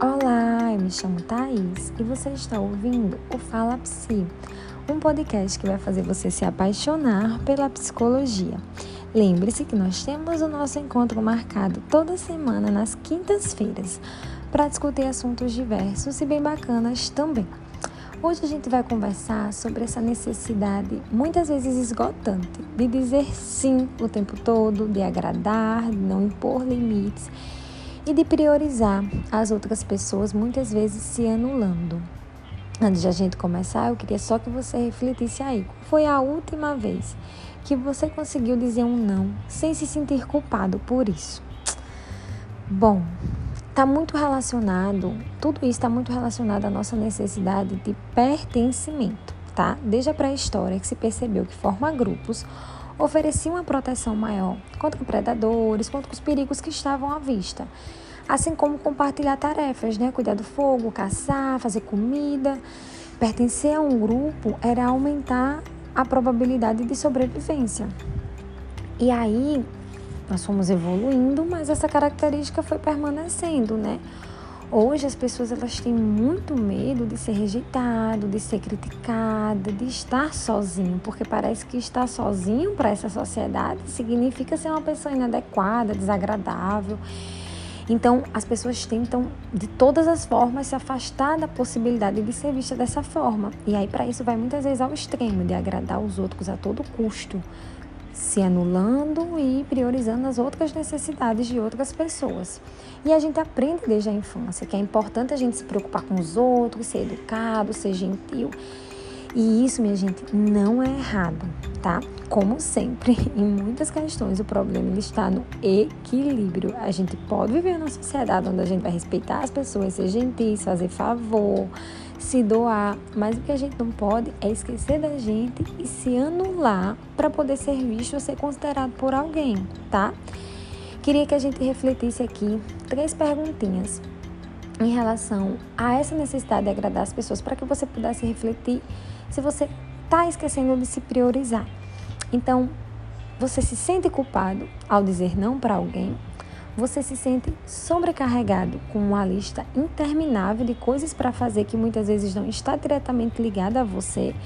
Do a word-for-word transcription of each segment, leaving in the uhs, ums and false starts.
Olá, eu me chamo Thaís e você está ouvindo o Fala Psi, um podcast que vai fazer você se apaixonar pela psicologia. Lembre-se que nós temos o nosso encontro marcado toda semana nas quintas-feiras para discutir assuntos diversos e bem bacanas também. Hoje a gente vai conversar sobre essa necessidade, muitas vezes esgotante, de dizer sim o tempo todo, de agradar, de não impor limites e de priorizar as outras pessoas, muitas vezes se anulando. Antes de a gente começar, eu queria só que você refletisse aí. Qual foi a última vez que você conseguiu dizer um não sem se sentir culpado por isso? Bom, está muito relacionado, tudo isso está muito relacionado à nossa necessidade de pertencimento, tá? Desde a pré-história que se percebeu que formar grupos oferecia uma proteção maior contra predadores, contra os perigos que estavam à vista. Assim como compartilhar tarefas, né? Cuidar do fogo, caçar, fazer comida. Pertencer a um grupo era aumentar a probabilidade de sobrevivência. E aí, nós fomos evoluindo, mas essa característica foi permanecendo, né? Hoje as pessoas elas têm muito medo de ser rejeitado, de ser criticada, de estar sozinho, porque parece que estar sozinho para essa sociedade significa ser uma pessoa inadequada, desagradável. Então, as pessoas tentam, de todas as formas, se afastar da possibilidade de ser vista dessa forma. E aí, para isso, vai muitas vezes ao extremo de agradar os outros a todo custo, se anulando e priorizando as outras necessidades de outras pessoas. E a gente aprende desde a infância que é importante a gente se preocupar com os outros, ser educado, ser gentil. E isso, minha gente, não é errado, tá? Como sempre, em muitas questões, o problema ele está no equilíbrio. A gente pode viver numa sociedade onde a gente vai respeitar as pessoas, ser gentil, fazer favor, se doar, mas o que a gente não pode é esquecer da gente e se anular para poder ser visto ou ser considerado por alguém, tá? Queria que a gente refletisse aqui três perguntinhas em relação a essa necessidade de agradar as pessoas, para que você pudesse refletir se você está esquecendo de se priorizar. Então, você se sente culpado ao dizer não para alguém? Você se sente sobrecarregado com uma lista interminável de coisas para fazer que muitas vezes não está diretamente ligada a você?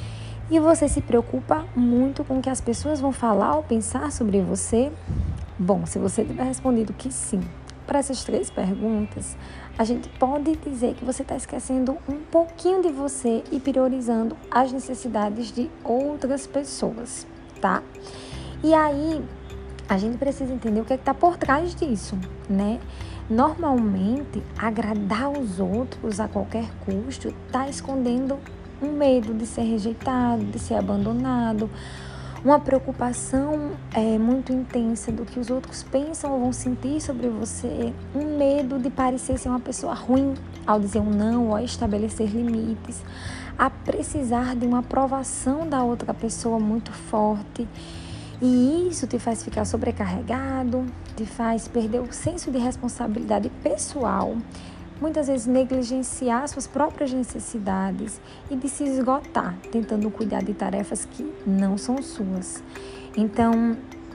E você se preocupa muito com o que as pessoas vão falar ou pensar sobre você? Bom, se você tiver respondido que sim para essas três perguntas, a gente pode dizer que você está esquecendo um pouquinho de você e priorizando as necessidades de outras pessoas, tá? E aí, a gente precisa entender o que é que está por trás disso, né? Normalmente, agradar os outros a qualquer custo está escondendo um medo de ser rejeitado, de ser abandonado, uma preocupação é, muito intensa do que os outros pensam ou vão sentir sobre você, um medo de parecer ser uma pessoa ruim ao dizer um não ou a estabelecer limites, a precisar de uma aprovação da outra pessoa muito forte. E isso te faz ficar sobrecarregado, te faz perder o senso de responsabilidade pessoal, muitas vezes negligenciar suas próprias necessidades e de se esgotar, tentando cuidar de tarefas que não são suas. Então,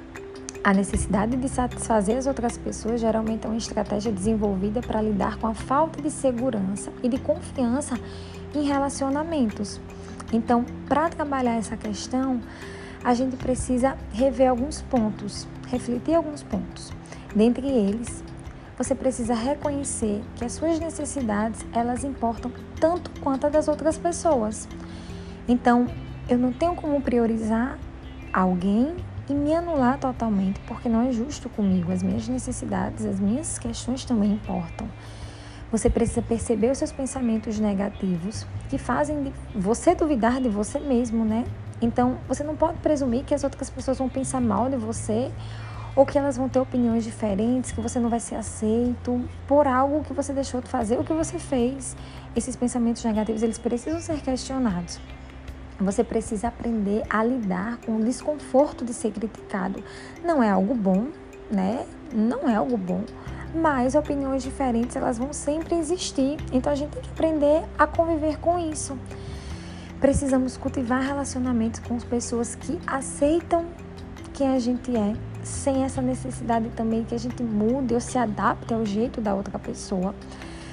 a necessidade de satisfazer as outras pessoas geralmente é uma estratégia desenvolvida para lidar com a falta de segurança e de confiança em relacionamentos. Então, para trabalhar essa questão, a gente precisa rever alguns pontos, refletir alguns pontos. Dentre eles, você precisa reconhecer que as suas necessidades, elas importam tanto quanto a das outras pessoas. Então, eu não tenho como priorizar alguém e me anular totalmente, porque não é justo comigo. As minhas necessidades, as minhas questões também importam. Você precisa perceber os seus pensamentos negativos que fazem de você duvidar de você mesmo, né? Então, você não pode presumir que as outras pessoas vão pensar mal de você ou que elas vão ter opiniões diferentes, que você não vai ser aceito por algo que você deixou de fazer ou que você fez. Esses pensamentos negativos, eles precisam ser questionados. Você precisa aprender a lidar com o desconforto de ser criticado. Não é algo bom, né? Não é algo bom, mas opiniões diferentes, elas vão sempre existir. Então, a gente tem que aprender a conviver com isso. Precisamos cultivar relacionamentos com as pessoas que aceitam quem a gente é, sem essa necessidade também que a gente mude ou se adapte ao jeito da outra pessoa.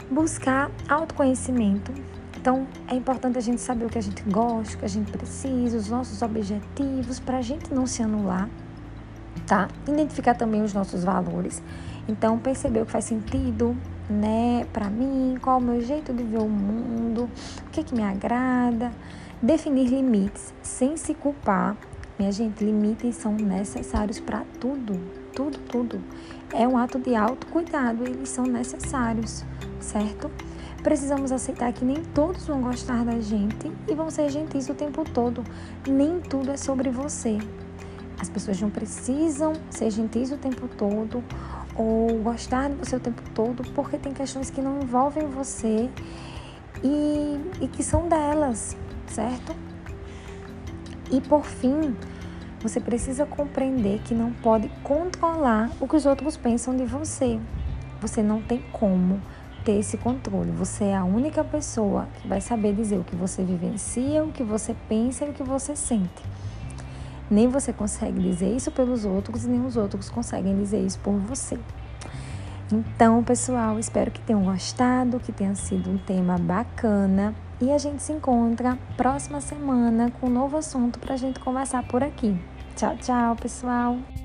Buscar autoconhecimento. Então, é importante a gente saber o que a gente gosta, o que a gente precisa, os nossos objetivos, para a gente não se anular, tá? Identificar também os nossos valores. Então, perceber o que faz sentido, né, para mim, qual é o meu jeito de ver o mundo, o que é que me agrada. Definir limites sem se culpar. Minha gente, limites são necessários para tudo, tudo, tudo. É um ato de autocuidado, eles são necessários, certo? Precisamos aceitar que nem todos vão gostar da gente e vão ser gentis o tempo todo. Nem tudo é sobre você. As pessoas não precisam ser gentis o tempo todo ou gostar de você o tempo todo, porque tem questões que não envolvem você e, e que são delas, certo? E por fim, você precisa compreender que não pode controlar o que os outros pensam de você. Você não tem como ter esse controle. Você é a única pessoa que vai saber dizer o que você vivencia, o que você pensa e o que você sente. Nem você consegue dizer isso pelos outros, nem os outros conseguem dizer isso por você. Então, pessoal, espero que tenham gostado, que tenha sido um tema bacana. E a gente se encontra próxima semana com um novo assunto para a gente conversar por aqui. Tchau, tchau, pessoal!